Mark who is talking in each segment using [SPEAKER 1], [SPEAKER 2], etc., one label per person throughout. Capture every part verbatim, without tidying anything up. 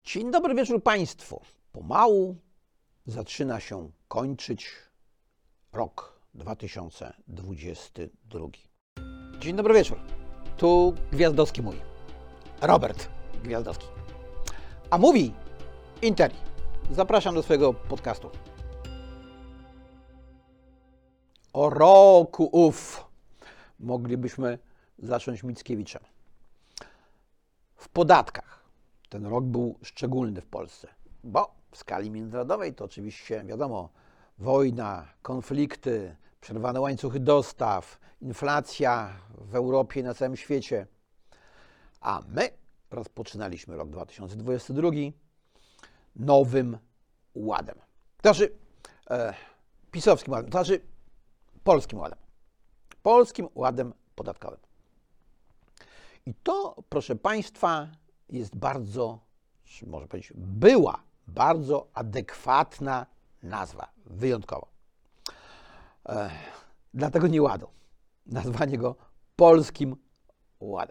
[SPEAKER 1] Dzień dobry wieczór Państwu. Pomału zaczyna się kończyć rok dwa tysiące dwudziesty drugi. Dzień dobry wieczór. Tu Gwiazdowski mówi. Robert Gwiazdowski. A mówi Interi. Zapraszam do swojego podcastu. O roku ów moglibyśmy zacząć Mickiewiczem. W podatkach ten rok był szczególny w Polsce, bo w skali międzynarodowej to oczywiście wiadomo, wojna, konflikty, przerwane łańcuchy dostaw, inflacja w Europie i na całym świecie. A my rozpoczynaliśmy rok dwa tysiące dwudziesty drugi nowym ładem. To znaczy e, pisowskim ładem, to znaczy polskim ładem. Polskim ładem podatkowym. I to, proszę Państwa, jest bardzo, może powiedzieć, była bardzo adekwatna nazwa, wyjątkowo. E, dlatego nie ładu. Nazwanie go Polskim Ładem.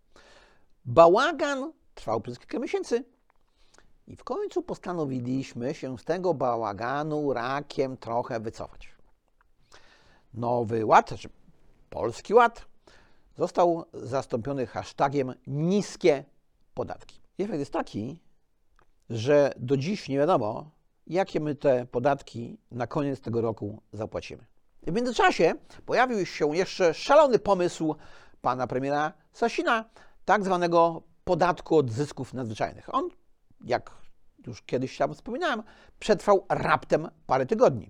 [SPEAKER 1] Bałagan trwał przez kilka miesięcy i w końcu postanowiliśmy się z tego bałaganu rakiem trochę wycofać. Nowy Ład, znaczy Polski Ład, został zastąpiony hashtagiem niskie podatki. Efekt jest taki, że do dziś nie wiadomo, jakie my te podatki na koniec tego roku zapłacimy. W międzyczasie pojawił się jeszcze szalony pomysł pana premiera Sasina, tak zwanego podatku od zysków nadzwyczajnych. On, jak już kiedyś tam wspominałem, przetrwał raptem parę tygodni.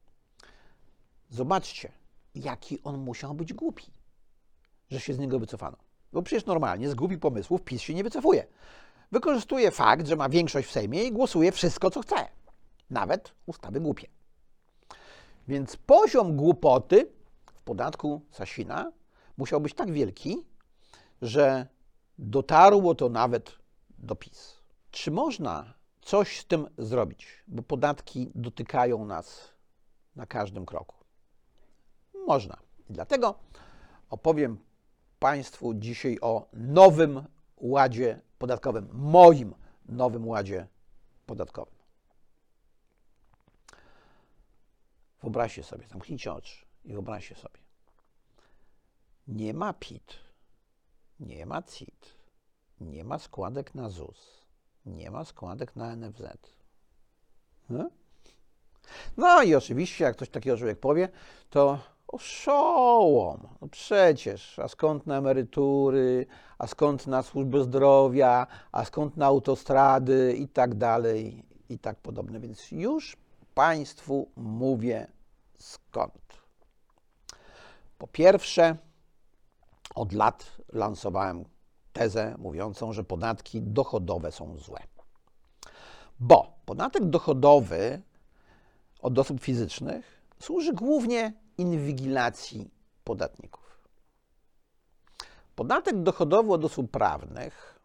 [SPEAKER 1] Zobaczcie, jaki on musiał być głupi, że się z niego wycofano. Bo przecież normalnie z głupich pomysłów PiS się nie wycofuje. Wykorzystuje fakt, że ma większość w Sejmie i głosuje wszystko, co chce. Nawet ustawy głupie. Więc poziom głupoty w podatku Sasina musiał być tak wielki, że dotarło to nawet do PiS. Czy można coś z tym zrobić? Bo podatki dotykają nas na każdym kroku. Można. Dlatego opowiem Państwu dzisiaj o nowym ładzie podatkowym, moim nowym ładzie podatkowym. Wyobraźcie sobie, zamknijcie oczy i wyobraźcie sobie. Nie ma P I T, nie ma C I T, nie ma składek na Z U S, nie ma składek na N F Z. Hmm? No i oczywiście, jak coś takiego człowiek powie, to oszołom. No przecież, a skąd na emerytury, a skąd na służbę zdrowia, a skąd na autostrady i tak dalej, i tak podobne. Więc już Państwu mówię skąd. Po pierwsze, od lat lansowałem tezę mówiącą, że podatki dochodowe są złe. Bo podatek dochodowy od osób fizycznych służy głównie inwigilacji podatników. Podatek dochodowy od osób prawnych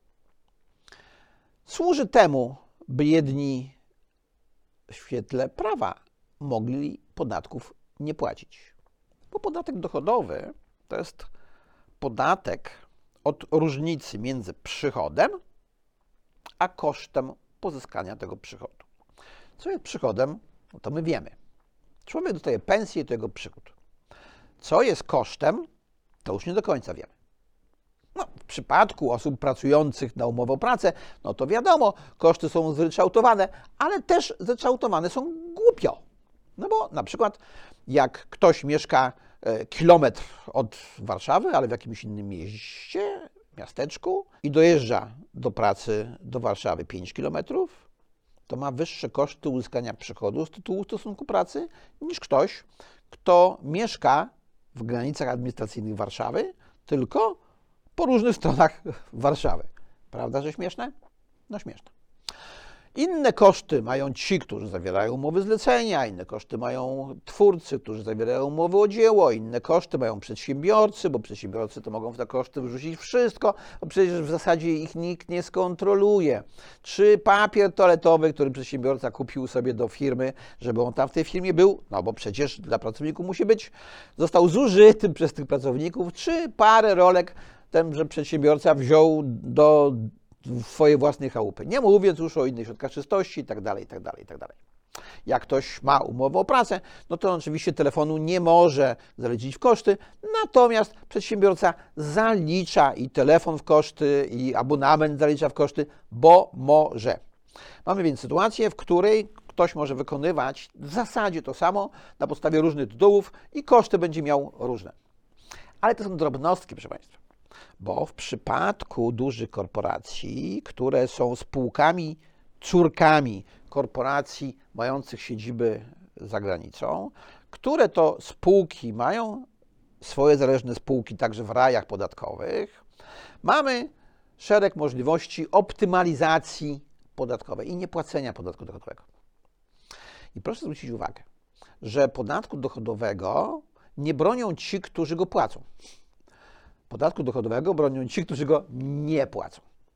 [SPEAKER 1] służy temu, by jedni w świetle prawa mogli podatków nie płacić. Bo podatek dochodowy to jest podatek od różnicy między przychodem a kosztem pozyskania tego przychodu. Co jest przychodem, no to my wiemy. Człowiek dostaje pensję i to jego przychód. Co jest kosztem, to już nie do końca wiemy. No, w przypadku osób pracujących na umowę o pracę, no to wiadomo, koszty są zryczałtowane, ale też zryczałtowane są głupio. No bo na przykład jak ktoś mieszka e, kilometr od Warszawy, ale w jakimś innym mieście, miasteczku i dojeżdża do pracy do Warszawy pięć kilometrów, to ma wyższe koszty uzyskania przychodu z tytułu stosunku pracy niż ktoś, kto mieszka w granicach administracyjnych Warszawy, tylko po różnych stronach Warszawy. Prawda, że śmieszne? No śmieszne. Inne koszty mają ci, którzy zawierają umowy zlecenia, inne koszty mają twórcy, którzy zawierają umowy o dzieło, inne koszty mają przedsiębiorcy, bo przedsiębiorcy to mogą w te koszty wrzucić wszystko, bo przecież w zasadzie ich nikt nie skontroluje. Czy papier toaletowy, który przedsiębiorca kupił sobie do firmy, żeby on tam w tej firmie był, no bo przecież dla pracowników musi być, został zużyty przez tych pracowników, czy parę rolek tenże przedsiębiorca wziął do swojej własnej chałupy. Nie mówiąc już o innych środkach czystości i tak dalej, i tak dalej, i tak dalej. Jak ktoś ma umowę o pracę, no to oczywiście telefonu nie może zaliczyć w koszty, natomiast przedsiębiorca zalicza i telefon w koszty, i abonament zalicza w koszty, bo może. Mamy więc sytuację, w której ktoś może wykonywać w zasadzie to samo na podstawie różnych tytułów i koszty będzie miał różne. Ale to są drobnostki, proszę Państwa, bo w przypadku dużych korporacji, które są spółkami, córkami korporacji mających siedziby za granicą, które to spółki mają swoje zależne spółki także w rajach podatkowych, mamy szereg możliwości optymalizacji podatkowej i niepłacenia podatku dochodowego. I proszę zwrócić uwagę, że podatku dochodowego nie bronią ci, którzy go płacą. Podatku dochodowego bronią ci, którzy go nie płacą.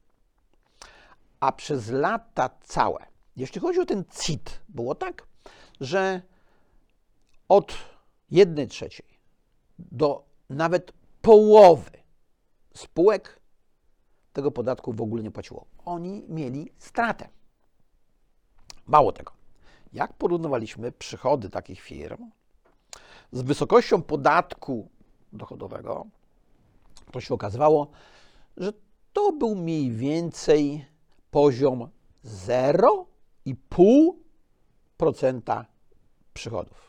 [SPEAKER 1] A przez lata całe, jeśli chodzi o ten C I T, było tak, że od jednej trzeciej do nawet połowy spółek tego podatku w ogóle nie płaciło. Oni mieli stratę. Mało tego, jak porównywaliśmy przychody takich firm z wysokością podatku dochodowego, to się okazywało, że to był mniej więcej poziom zero i pół procent przychodów.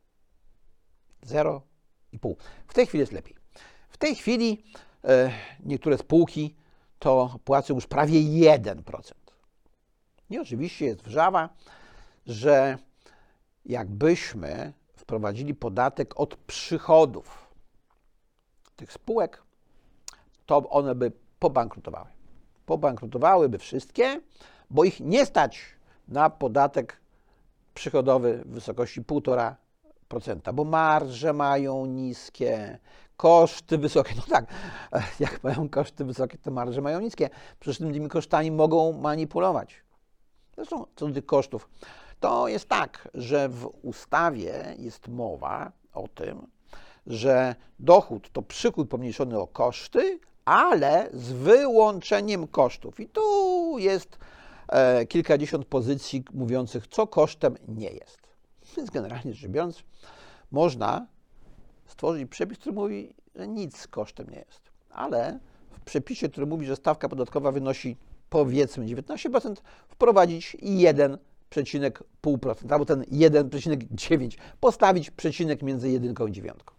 [SPEAKER 1] zero i pół procent. W tej chwili jest lepiej. W tej chwili e, niektóre spółki to płacą już prawie jeden procent. I oczywiście jest wrzawa, że jakbyśmy wprowadzili podatek od przychodów tych spółek, to one by pobankrutowały. Pobankrutowałyby wszystkie, bo ich nie stać na podatek przychodowy w wysokości półtora procent, bo marże mają niskie, koszty wysokie. No tak, jak mają koszty wysokie, to marże mają niskie. Przecież tymi kosztami mogą manipulować. Zresztą co do tych kosztów, to jest tak, że w ustawie jest mowa o tym, że dochód to przychód pomniejszony o koszty, ale z wyłączeniem kosztów. I tu jest e, kilkadziesiąt pozycji mówiących, co kosztem nie jest. Więc generalnie rzecz biorąc, można stworzyć przepis, który mówi, że nic kosztem nie jest. Ale w przepisie, który mówi, że stawka podatkowa wynosi powiedzmy dziewiętnaście procent, wprowadzić jeden przecinek pięć procent, albo ten jeden przecinek dziewięć, postawić przecinek między jedynką i dziewiątką.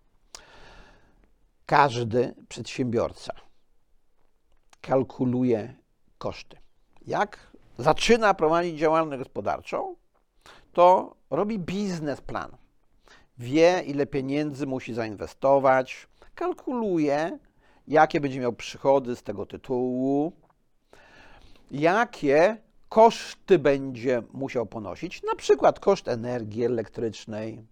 [SPEAKER 1] Każdy przedsiębiorca kalkuluje koszty. Jak zaczyna prowadzić działalność gospodarczą, to robi biznesplan. Wie, ile pieniędzy musi zainwestować, kalkuluje, jakie będzie miał przychody z tego tytułu, jakie koszty będzie musiał ponosić, na przykład koszt energii elektrycznej,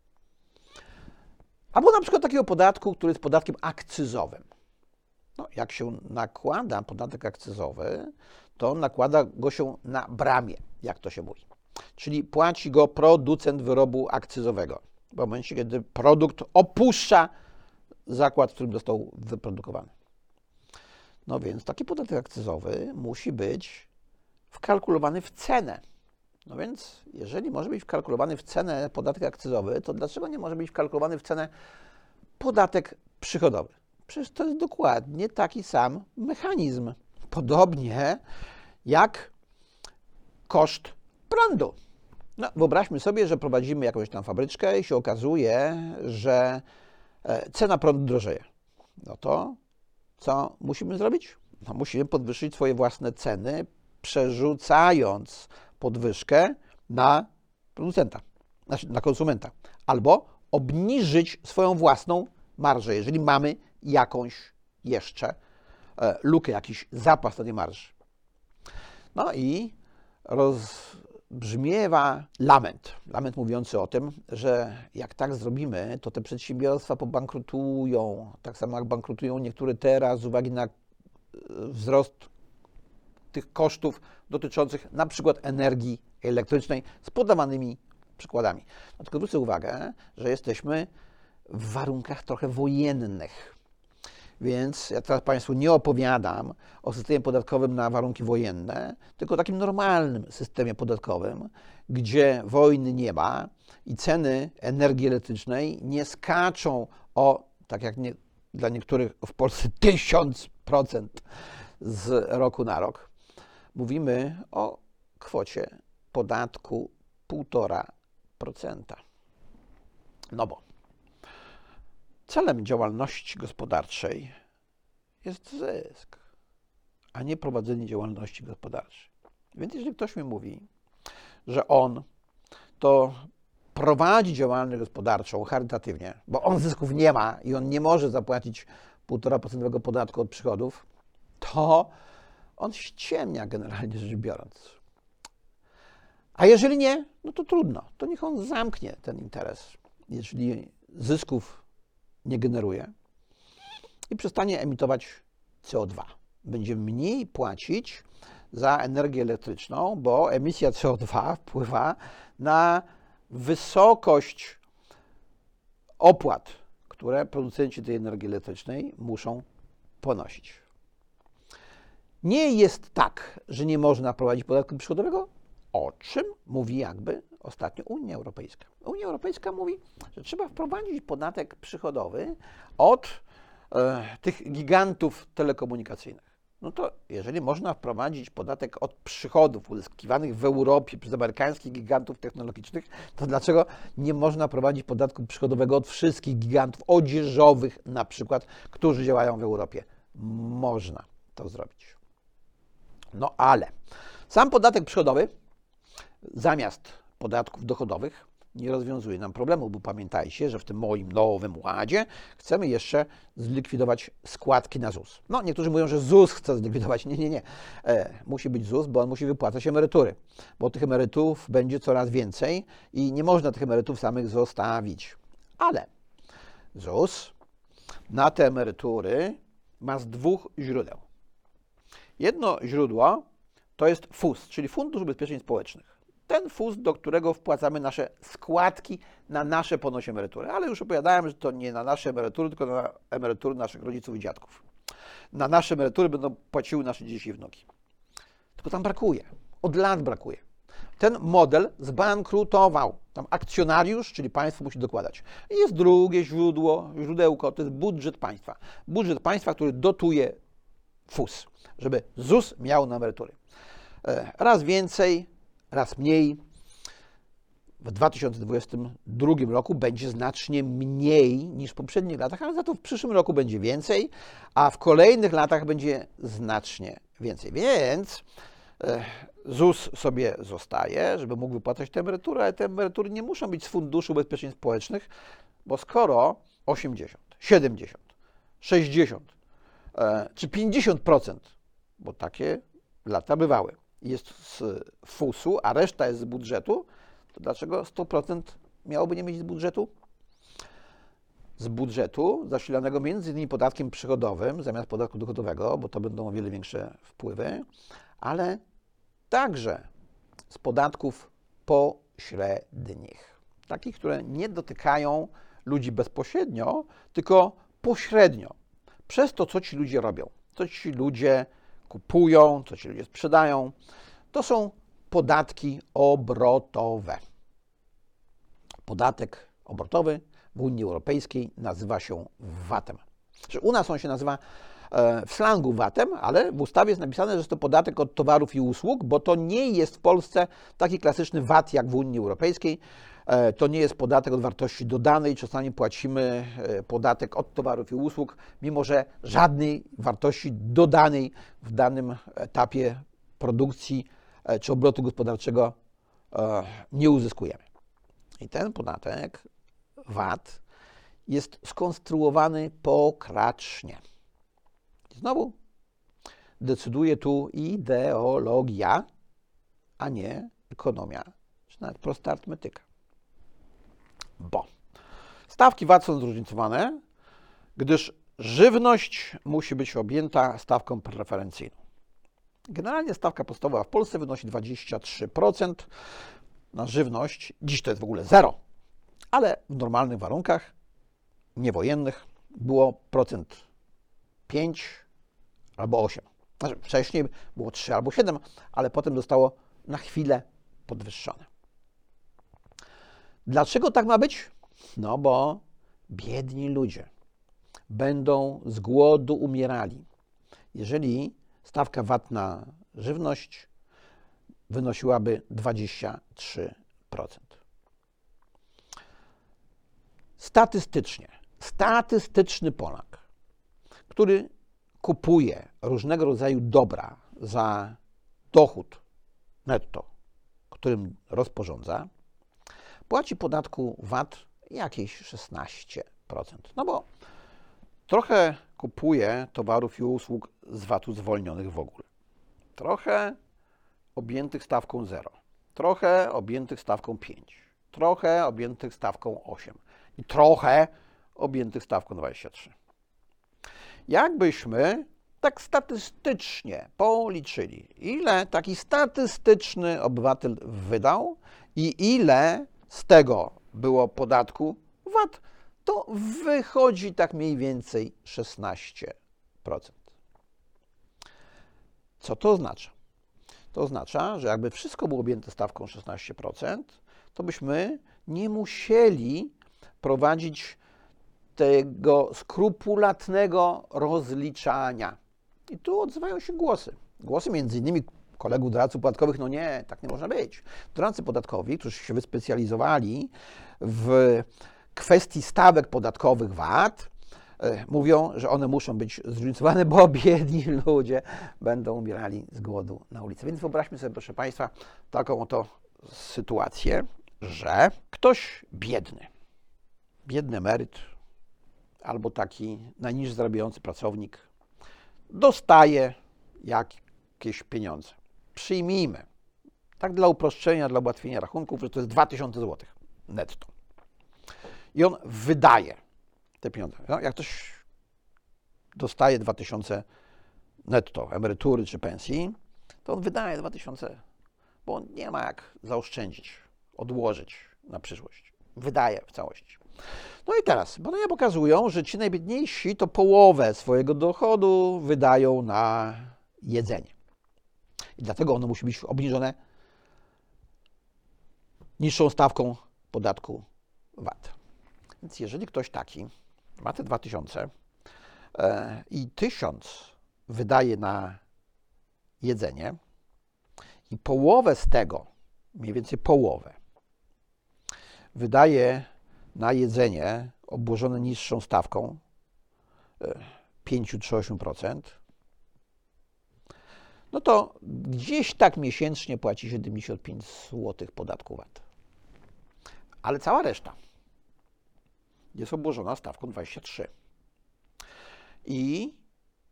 [SPEAKER 1] albo na przykład takiego podatku, który jest podatkiem akcyzowym. No, jak się nakłada podatek akcyzowy, to nakłada go się na bramie, jak to się mówi. Czyli płaci go producent wyrobu akcyzowego w momencie, kiedy produkt opuszcza zakład, w którym został wyprodukowany. No więc taki podatek akcyzowy musi być wkalkulowany w cenę. No więc jeżeli może być wkalkulowany w cenę podatek akcyzowy, to dlaczego nie może być wkalkulowany w cenę podatek przychodowy? Przecież to jest dokładnie taki sam mechanizm. Podobnie jak koszt prądu. No, wyobraźmy sobie, że prowadzimy jakąś tam fabryczkę i się okazuje, że cena prądu drożeje. No to co musimy zrobić? No, musimy podwyższyć swoje własne ceny, przerzucając podwyżkę na producenta, znaczy na konsumenta, albo obniżyć swoją własną marżę, jeżeli mamy jakąś jeszcze lukę, jakiś zapas na tej marży. No i rozbrzmiewa lament, lament mówiący o tym, że jak tak zrobimy, to te przedsiębiorstwa pobankrutują, tak samo jak bankrutują niektóre teraz z uwagi na wzrost tych kosztów dotyczących na przykład energii elektrycznej z podawanymi przykładami. No, tylko zwrócę uwagę, że jesteśmy w warunkach trochę wojennych. Więc ja teraz Państwu nie opowiadam o systemie podatkowym na warunki wojenne, tylko o takim normalnym systemie podatkowym, gdzie wojny nie ma i ceny energii elektrycznej nie skaczą o, tak jak nie, dla niektórych w Polsce, tysiąc procent z roku na rok. Mówimy o kwocie podatku półtora procenta. No bo celem działalności gospodarczej jest zysk, a nie prowadzenie działalności gospodarczej. Więc jeżeli ktoś mi mówi, że on to prowadzi działalność gospodarczą charytatywnie, bo on zysków nie ma i on nie może zapłacić półtora procent podatku od przychodów, to on ściemnia generalnie rzecz biorąc. A jeżeli nie, no to trudno, to niech on zamknie ten interes, jeżeli zysków nie generuje i przestanie emitować C O dwa. Będzie mniej płacić za energię elektryczną, bo emisja C O dwa wpływa na wysokość opłat, które producenci tej energii elektrycznej muszą ponosić. Nie jest tak, że nie można prowadzić podatku przychodowego, o czym mówi jakby ostatnio Unia Europejska. Unia Europejska mówi, że trzeba wprowadzić podatek przychodowy od e, tych gigantów telekomunikacyjnych. No to jeżeli można wprowadzić podatek od przychodów uzyskiwanych w Europie przez amerykańskich gigantów technologicznych, to dlaczego nie można prowadzić podatku przychodowego od wszystkich gigantów odzieżowych na przykład, którzy działają w Europie? Można to zrobić. No ale sam podatek przychodowy zamiast podatków dochodowych nie rozwiązuje nam problemu, bo pamiętajcie, że w tym moim nowym ładzie chcemy jeszcze zlikwidować składki na ZUS. No, niektórzy mówią, że ZUS chce zlikwidować. Nie, nie, nie. E, musi być ZUS, bo on musi wypłacać emerytury, bo tych emerytów będzie coraz więcej i nie można tych emerytów samych zostawić. Ale ZUS na te emerytury ma z dwóch źródeł. Jedno źródło to jest F U S, czyli Fundusz Ubezpieczeń Społecznych. Ten F U S, do którego wpłacamy nasze składki na nasze ponoć emerytury. Ale już opowiadałem, że to nie na nasze emerytury, tylko na emerytury naszych rodziców i dziadków. Na nasze emerytury będą płaciły nasze dzieci i wnuki. Tylko tam brakuje. Od lat brakuje. Ten model zbankrutował. Tam akcjonariusz, czyli państwo, musi dokładać. I jest drugie źródło, źródełko, to jest budżet państwa. Budżet państwa, który dotuje F U S, żeby ZUS miał na emerytury. Raz więcej, raz mniej. W dwa tysiące dwudziestym drugim roku będzie znacznie mniej niż w poprzednich latach, ale za to w przyszłym roku będzie więcej, a w kolejnych latach będzie znacznie więcej. Więc ZUS sobie zostaje, żeby mógł wypłacać te emerytury, ale te emerytury nie muszą być z Funduszu Ubezpieczeń Społecznych, bo skoro osiemdziesiąt, siedemdziesiąt, sześćdziesiąt czy pięćdziesiąt procent, bo takie lata bywały, jest z F U S-u, a reszta jest z budżetu, to dlaczego sto procent miałoby nie mieć z budżetu? Z budżetu zasilanego między innymi podatkiem przychodowym zamiast podatku dochodowego, bo to będą o wiele większe wpływy, ale także z podatków pośrednich, takich, które nie dotykają ludzi bezpośrednio, tylko pośrednio, przez to, co ci ludzie robią, co ci ludzie kupują, co ci ludzie sprzedają. To są podatki obrotowe. Podatek obrotowy w Unii Europejskiej nazywa się vatem. U nas on się nazywa w slangu vatem, ale w ustawie jest napisane, że jest to podatek od towarów i usług, bo to nie jest w Polsce taki klasyczny V A T jak w Unii Europejskiej. To nie jest podatek od wartości dodanej, czasami płacimy podatek od towarów i usług, mimo że żadnej wartości dodanej w danym etapie produkcji czy obrotu gospodarczego nie uzyskujemy. I ten podatek V A T jest skonstruowany pokracznie. I znowu decyduje tu ideologia, a nie ekonomia, czy nawet prosta arytmetyka. Bo stawki V A T są zróżnicowane, gdyż żywność musi być objęta stawką preferencyjną. Generalnie stawka podstawowa w Polsce wynosi dwadzieścia trzy procent na żywność. Dziś to jest w ogóle zero, ale w normalnych warunkach, niewojennych, było procent pięć albo osiem. Znaczy, wcześniej było trzy albo siedem, ale potem zostało na chwilę podwyższone. Dlaczego tak ma być? No bo biedni ludzie będą z głodu umierali, jeżeli stawka V A T na żywność wynosiłaby dwadzieścia trzy procent. Statystycznie, statystyczny Polak, który kupuje różnego rodzaju dobra za dochód netto, którym rozporządza, płaci podatku V A T jakieś szesnaście procent. No bo trochę kupuje towarów i usług z V A T-u zwolnionych w ogóle. Trochę objętych stawką zero. Trochę objętych stawką pięć. Trochę objętych stawką osiem. I trochę objętych stawką dwadzieścia trzy. Jakbyśmy tak statystycznie policzyli, ile taki statystyczny obywatel wydał i ile z tego było podatku V A T, to wychodzi tak mniej więcej szesnaście procent. Co to oznacza? To oznacza, że jakby wszystko było objęte stawką szesnaście procent, to byśmy nie musieli prowadzić tego skrupulatnego rozliczania. I tu odzywają się głosy. Głosy między innymi kolegów doradców podatkowych, no nie, tak nie można być. Doradcy podatkowi, którzy się wyspecjalizowali w kwestii stawek podatkowych V A T, mówią, że one muszą być zróżnicowane, bo biedni ludzie będą umierali z głodu na ulicy. Więc wyobraźmy sobie, proszę Państwa, taką oto sytuację, że ktoś biedny, biedny emeryt albo taki najniżej zarabiający pracownik dostaje jakieś pieniądze. Przyjmijmy, tak dla uproszczenia, dla ułatwienia rachunków, że to jest dwa tysiące złotych netto. I on wydaje te pieniądze. No, jak ktoś dostaje dwa tysiące netto emerytury czy pensji, to on wydaje dwa tysiące, bo on nie ma jak zaoszczędzić, odłożyć na przyszłość. Wydaje w całości. No i teraz badania pokazują, że ci najbiedniejsi to połowę swojego dochodu wydają na jedzenie. I dlatego ono musi być obniżone niższą stawką podatku V A T. Więc jeżeli ktoś taki ma te dwa tysiące e, i tysiąc wydaje na jedzenie i połowę z tego, mniej więcej połowę, wydaje na jedzenie obłożone niższą stawką e, pięć czy osiem procent, no to gdzieś tak miesięcznie płaci siedemdziesiąt pięć złotych podatku V A T. Ale cała reszta jest obłożona stawką dwadzieścia trzy. I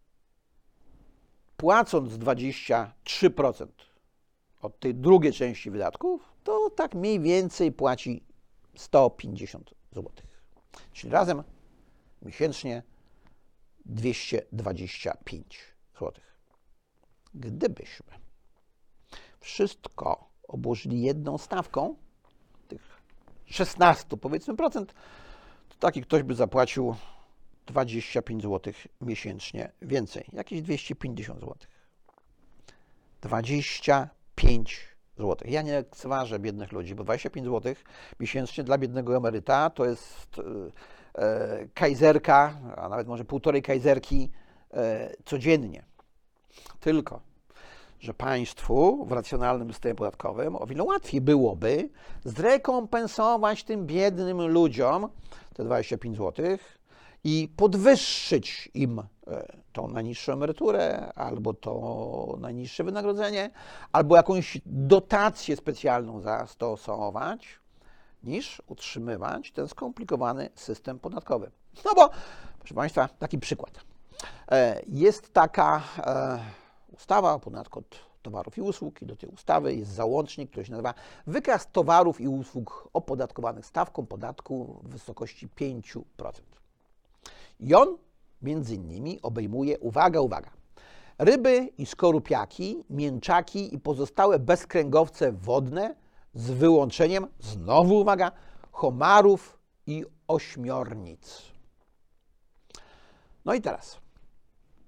[SPEAKER 1] płacąc dwadzieścia trzy procent od tej drugiej części wydatków, to tak mniej więcej płaci sto pięćdziesiąt złotych. Czyli razem miesięcznie dwieście dwadzieścia pięć złotych. Gdybyśmy wszystko obłożyli jedną stawką, tych szesnaście powiedzmy procent, to taki ktoś by zapłacił dwadzieścia pięć złotych miesięcznie więcej, jakieś dwieście pięćdziesiąt złotych. dwadzieścia pięć złotych. Ja nie lekceważę biednych ludzi, bo dwadzieścia pięć złotych miesięcznie dla biednego emeryta to jest e, kajzerka, a nawet może półtorej kajzerki e, codziennie. Tylko że państwu w racjonalnym systemie podatkowym o wiele łatwiej byłoby zrekompensować tym biednym ludziom te dwadzieścia pięć złotych i podwyższyć im tą najniższą emeryturę, albo to najniższe wynagrodzenie, albo jakąś dotację specjalną zastosować, niż utrzymywać ten skomplikowany system podatkowy. No bo, proszę Państwa, taki przykład. Jest taka ustawa o podatku od towarów i usług i do tej ustawy jest załącznik, który się nazywa Wykaz towarów i usług opodatkowanych stawką podatku w wysokości pięć procent. I on między innymi obejmuje, uwaga, uwaga, ryby i skorupiaki, mięczaki i pozostałe bezkręgowce wodne z wyłączeniem, znowu uwaga, homarów i ośmiornic. No i teraz,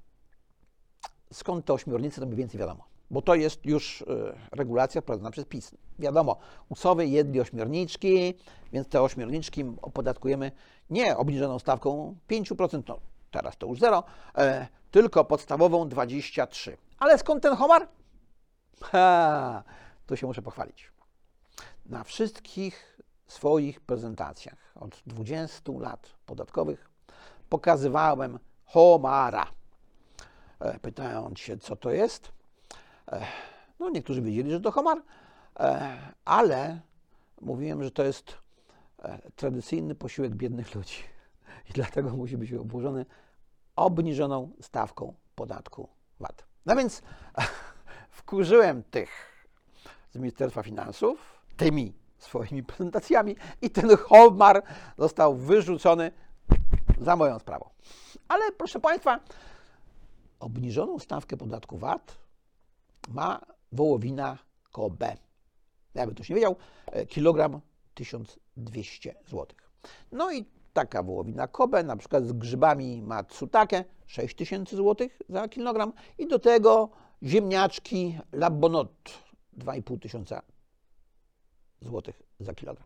[SPEAKER 1] skąd te ośmiornice, to mniej więcej wiadomo. Bo to jest już regulacja wprowadzona przez PiS. Wiadomo, Usowie jedli ośmiorniczki, więc te ośmiorniczki opodatkujemy nie obniżoną stawką pięć procent, no teraz to już zero, e, tylko podstawową dwadzieścia trzy procent. Ale skąd ten homar? Ha, tu się muszę pochwalić. Na wszystkich swoich prezentacjach od dwudziestu lat podatkowych pokazywałem homara. E, pytając się, co to jest. E, no niektórzy wiedzieli, że to homar, e, ale mówiłem, że to jest e, tradycyjny posiłek biednych ludzi i dlatego musi być obłożony obniżoną stawką podatku V A T. No więc wkurzyłem tych z Ministerstwa Finansów tymi swoimi prezentacjami i ten homar został wyrzucony za moją sprawą. Ale proszę Państwa, obniżoną stawkę podatku V A T ma wołowina Kobe. Jakby ktoś nie wiedział, kilogram tysiąc dwieście złotych. No i taka wołowina Kobe, na przykład z grzybami matsutake, sześć tysięcy złotych za kilogram i do tego ziemniaczki Labonot, dwa i pół tysiąca złotych za kilogram.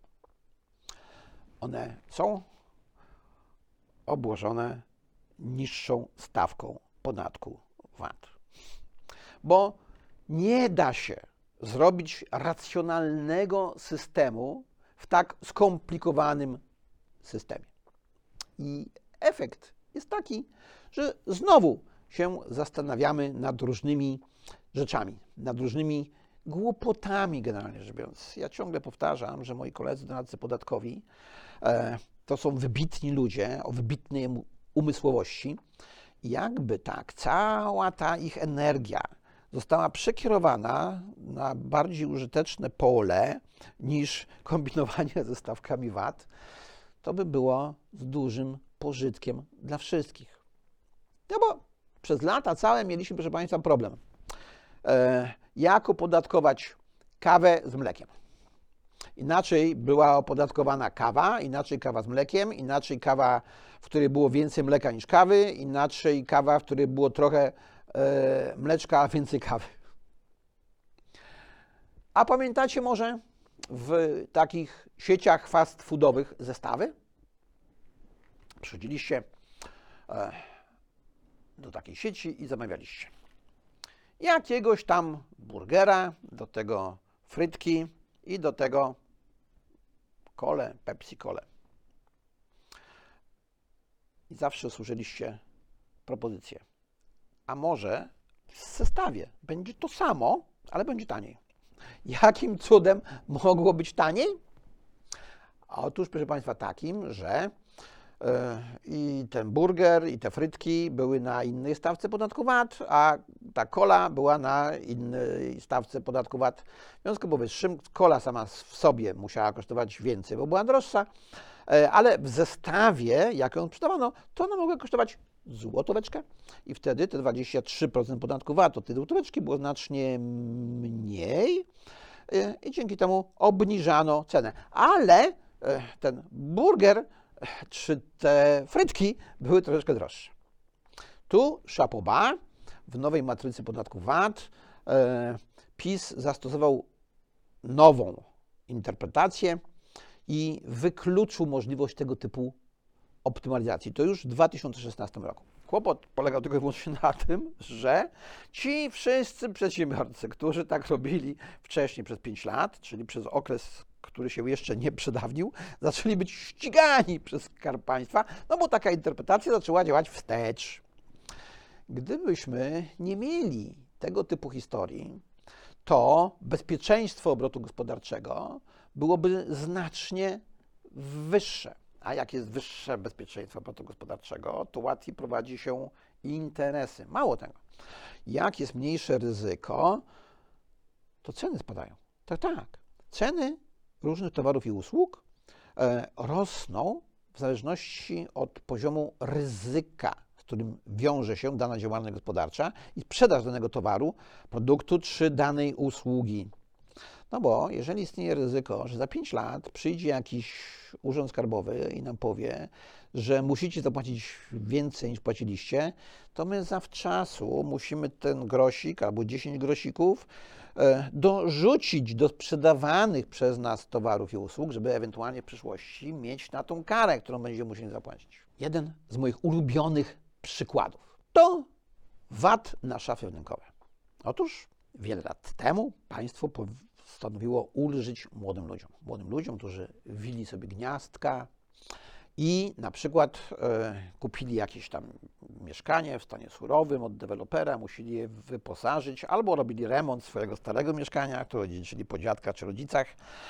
[SPEAKER 1] One są obłożone niższą stawką podatku V A T. Bo nie da się zrobić racjonalnego systemu w tak skomplikowanym systemie. I efekt jest taki, że znowu się zastanawiamy nad różnymi rzeczami, nad różnymi głupotami generalnie rzecz biorąc. Ja ciągle powtarzam, że moi koledzy doradcy podatkowi e, to są wybitni ludzie o wybitnej umysłowości. I jakby tak cała ta ich energia została przekierowana na bardziej użyteczne pole niż kombinowanie ze stawkami V A T, to by było z dużym pożytkiem dla wszystkich. No bo przez lata całe mieliśmy, proszę Państwa, problem. E, jak opodatkować kawę z mlekiem? Inaczej była opodatkowana kawa, inaczej kawa z mlekiem, inaczej kawa, w której było więcej mleka niż kawy, inaczej kawa, w której było trochę e, mleczka, a więcej kawy. A pamiętacie może w takich sieciach fast foodowych zestawy? Przychodziliście e, do takiej sieci i zamawialiście jakiegoś tam burgera, do tego frytki i do tego kolę, Pepsi Colę. I zawsze słyszeliście propozycję. A może w zestawie będzie to samo, ale będzie taniej. Jakim cudem mogło być taniej? Otóż, proszę Państwa, takim, że yy, i ten burger, i te frytki były na innej stawce podatku V A T, a ta kola była na innej stawce podatku V A T. W związku powyższym kola sama w sobie musiała kosztować więcej, bo była droższa, yy, ale w zestawie, jak ją sprzedawano, to ona mogła kosztować złotóweczkę i wtedy te dwadzieścia trzy procent podatku V A T od tej złotóweczki było znacznie mniej yy, i dzięki temu obniżano cenę. Ale yy, ten burger czy te frytki były troszeczkę droższe. Tu chapeau bas, w nowej matrycy podatku V A T e, PiS zastosował nową interpretację i wykluczył możliwość tego typu optymalizacji. To już w dwa tysiące szesnastym roku. Kłopot polegał tylko i wyłącznie na tym, że ci wszyscy przedsiębiorcy, którzy tak robili wcześniej przez pięć lat, czyli przez okres, który się jeszcze nie przedawnił, zaczęli być ścigani przez Skarb Państwa, no bo taka interpretacja zaczęła działać wstecz. Gdybyśmy nie mieli tego typu historii, to bezpieczeństwo obrotu gospodarczego byłoby znacznie wyższe. A jak jest wyższe bezpieczeństwo obrotu gospodarczego, to łatwiej prowadzi się interesy. Mało tego, jak jest mniejsze ryzyko, to ceny spadają. Tak, tak. Ceny różnych towarów i usług e, rosną w zależności od poziomu ryzyka, z którym wiąże się dana działalność gospodarcza i sprzedaż danego towaru, produktu czy danej usługi. No bo jeżeli istnieje ryzyko, że za pięć lat przyjdzie jakiś urząd skarbowy i nam powie, że musicie zapłacić więcej niż płaciliście, to my zawczasu musimy ten grosik albo dziesięć grosików dorzucić do sprzedawanych przez nas towarów i usług, żeby ewentualnie w przyszłości mieć na tą karę, którą będziemy musieli zapłacić. Jeden z moich ulubionych przykładów to V A T na szafy wnękowe. Otóż wiele lat temu państwo postanowiło ulżyć młodym ludziom. Młodym ludziom, którzy wili sobie gniazdka i na przykład e, kupili jakieś tam mieszkanie w stanie surowym od dewelopera, musieli je wyposażyć albo robili remont swojego starego mieszkania, które dziedziczyli po dziadkach czy rodzicach.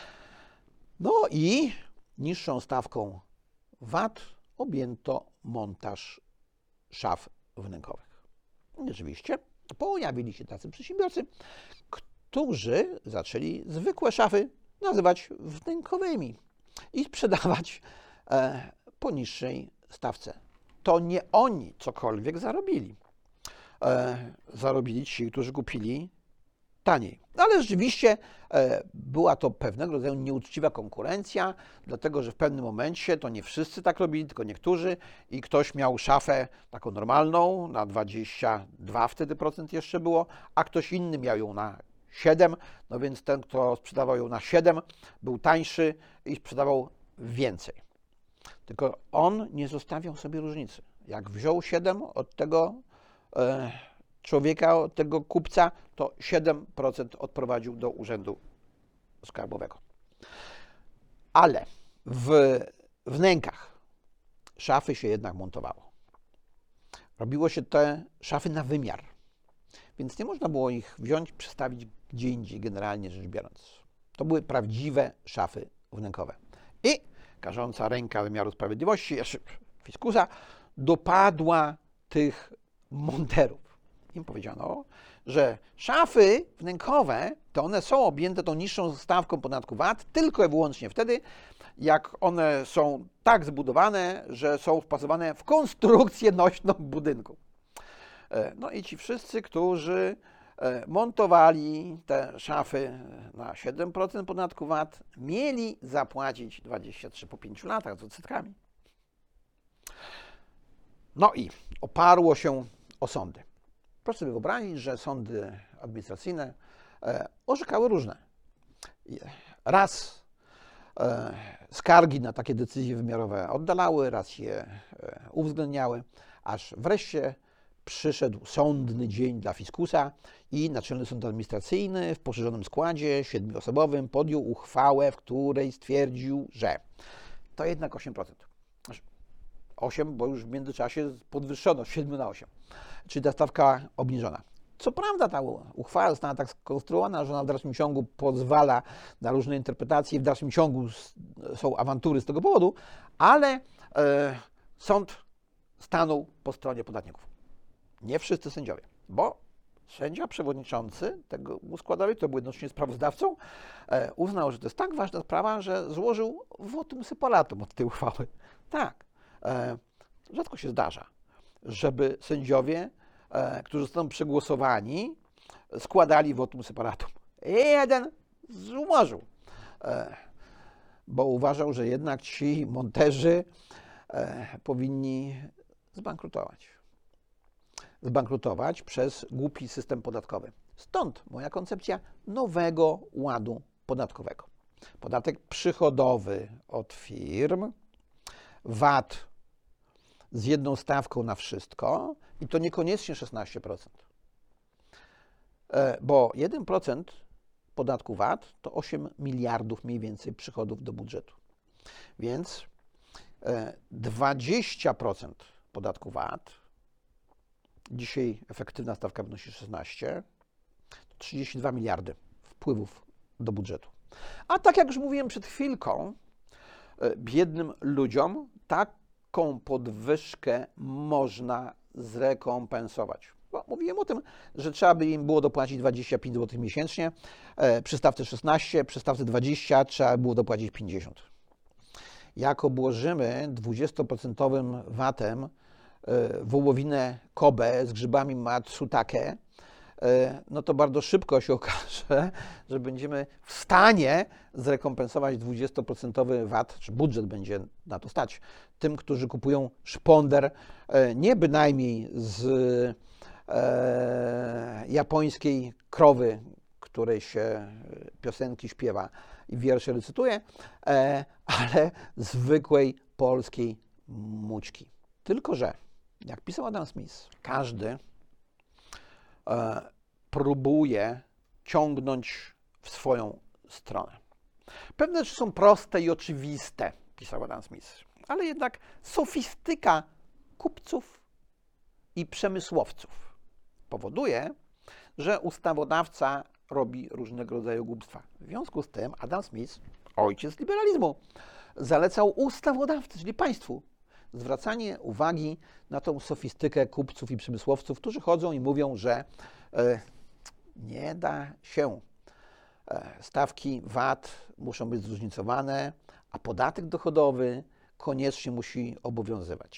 [SPEAKER 1] No i niższą stawką V A T objęto montaż szaf wnękowych. I rzeczywiście pojawili się tacy przedsiębiorcy, którzy zaczęli zwykłe szafy nazywać wnękowymi i sprzedawać e, po niższej stawce. To nie oni cokolwiek zarobili. E, zarobili ci, którzy kupili taniej. Ale rzeczywiście e, była to pewnego rodzaju nieuczciwa konkurencja, dlatego że w pewnym momencie to nie wszyscy tak robili, tylko niektórzy i ktoś miał szafę taką normalną, na dwadzieścia dwa wtedy procent jeszcze było, a ktoś inny miał ją na siedem, no więc ten, kto sprzedawał ją na siedem, był tańszy i sprzedawał więcej. Tylko on nie zostawiał sobie różnicy. Jak wziął siedem od tego e, człowieka, od tego kupca, to siedem procent odprowadził do urzędu skarbowego. Ale w wnękach szafy się jednak montowało. Robiło się te szafy na wymiar, więc nie można było ich wziąć, przestawić gdzie indziej, generalnie rzecz biorąc. To były prawdziwe szafy wnękowe. I karząca ręka wymiaru sprawiedliwości, fiskusa, dopadła tych monterów. Im powiedziano, że szafy wnękowe, to one są objęte tą niższą stawką podatku V A T tylko i wyłącznie wtedy, jak one są tak zbudowane, że są wpasowane w konstrukcję nośną budynku. No i ci wszyscy, którzy montowali te szafy na siedem procent podatku V A T, mieli zapłacić dwadzieścia trzy po pięciu latach z odsetkami. No i oparło się o sądy. Proszę sobie wyobrazić, że sądy administracyjne e, orzekały różne. Raz e, skargi na takie decyzje wymiarowe oddalały, raz je e, uwzględniały, aż wreszcie przyszedł sądny dzień dla fiskusa i Naczelny Sąd Administracyjny w poszerzonym składzie siedmioosobowym podjął uchwałę, w której stwierdził, że to jednak osiem procent. osiem, bo już w międzyczasie podwyższono z siedmiu na osiem, czyli ta stawka obniżona. Co prawda ta uchwała została tak skonstruowana, że ona w dalszym ciągu pozwala na różne interpretacje, w dalszym ciągu są awantury z tego powodu, ale e, sąd stanął po stronie podatników. Nie wszyscy sędziowie, bo sędzia przewodniczący tego składowi, to był jednocześnie sprawozdawcą, e, uznał, że to jest tak ważna sprawa, że złożył votum separatum od tej uchwały. Tak. Rzadko się zdarza, żeby sędziowie, którzy zostaną przegłosowani, składali votum separatum. I jeden złożył, bo uważał, że jednak ci monterzy powinni zbankrutować. Zbankrutować przez głupi system podatkowy. Stąd moja koncepcja nowego ładu podatkowego. Podatek przychodowy od firm, V A T z jedną stawką na wszystko i to niekoniecznie szesnaście procent. Bo jeden procent podatku V A T to osiem miliardów mniej więcej przychodów do budżetu. Więc dwadzieścia procent podatku V A T, dzisiaj efektywna stawka wynosi szesnaście, to trzydzieści dwa miliardy wpływów do budżetu. A tak jak już mówiłem przed chwilką, biednym ludziom taką podwyżkę można zrekompensować. Bo mówiłem o tym, że trzeba by im było dopłacić dwadzieścia pięć złotych miesięcznie, przy stawce szesnaście, przy stawce dwadzieścia trzeba było dopłacić pięćdziesiąt. Jak obłożymy dwudziestoprocentowym V A T-em wołowinę Kobe z grzybami Matsutake, no to bardzo szybko się okaże, że będziemy w stanie zrekompensować dwudziestoprocentowy V A T, czy budżet będzie na to stać, tym, którzy kupują szponder nie bynajmniej z e, japońskiej krowy, której się piosenki śpiewa i wiersze recytuje, e, ale zwykłej polskiej mućki. Tylko że, jak pisał Adam Smith, każdy e, próbuje ciągnąć w swoją stronę. Pewne rzeczy są proste i oczywiste, pisał Adam Smith, ale jednak sofistyka kupców i przemysłowców powoduje, że ustawodawca robi różnego rodzaju głupstwa. W związku z tym Adam Smith, ojciec liberalizmu, zalecał ustawodawcy, czyli państwu, zwracanie uwagi na tą sofistykę kupców i przemysłowców, którzy chodzą i mówią, że e, nie da się. E, stawki V A T muszą być zróżnicowane, a podatek dochodowy koniecznie musi obowiązywać.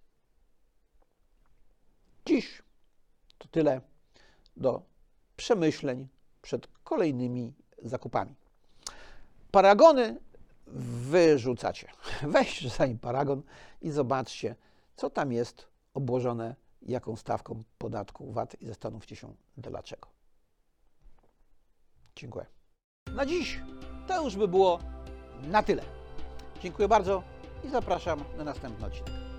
[SPEAKER 1] Dziś to tyle do przemyśleń przed kolejnymi zakupami. Paragony wyrzucacie. Weźcie sami paragon i zobaczcie, co tam jest obłożone jaką stawką podatku V A T i zastanówcie się dlaczego. Dziękuję. Na dziś to już by było na tyle. Dziękuję bardzo i zapraszam na następny odcinek.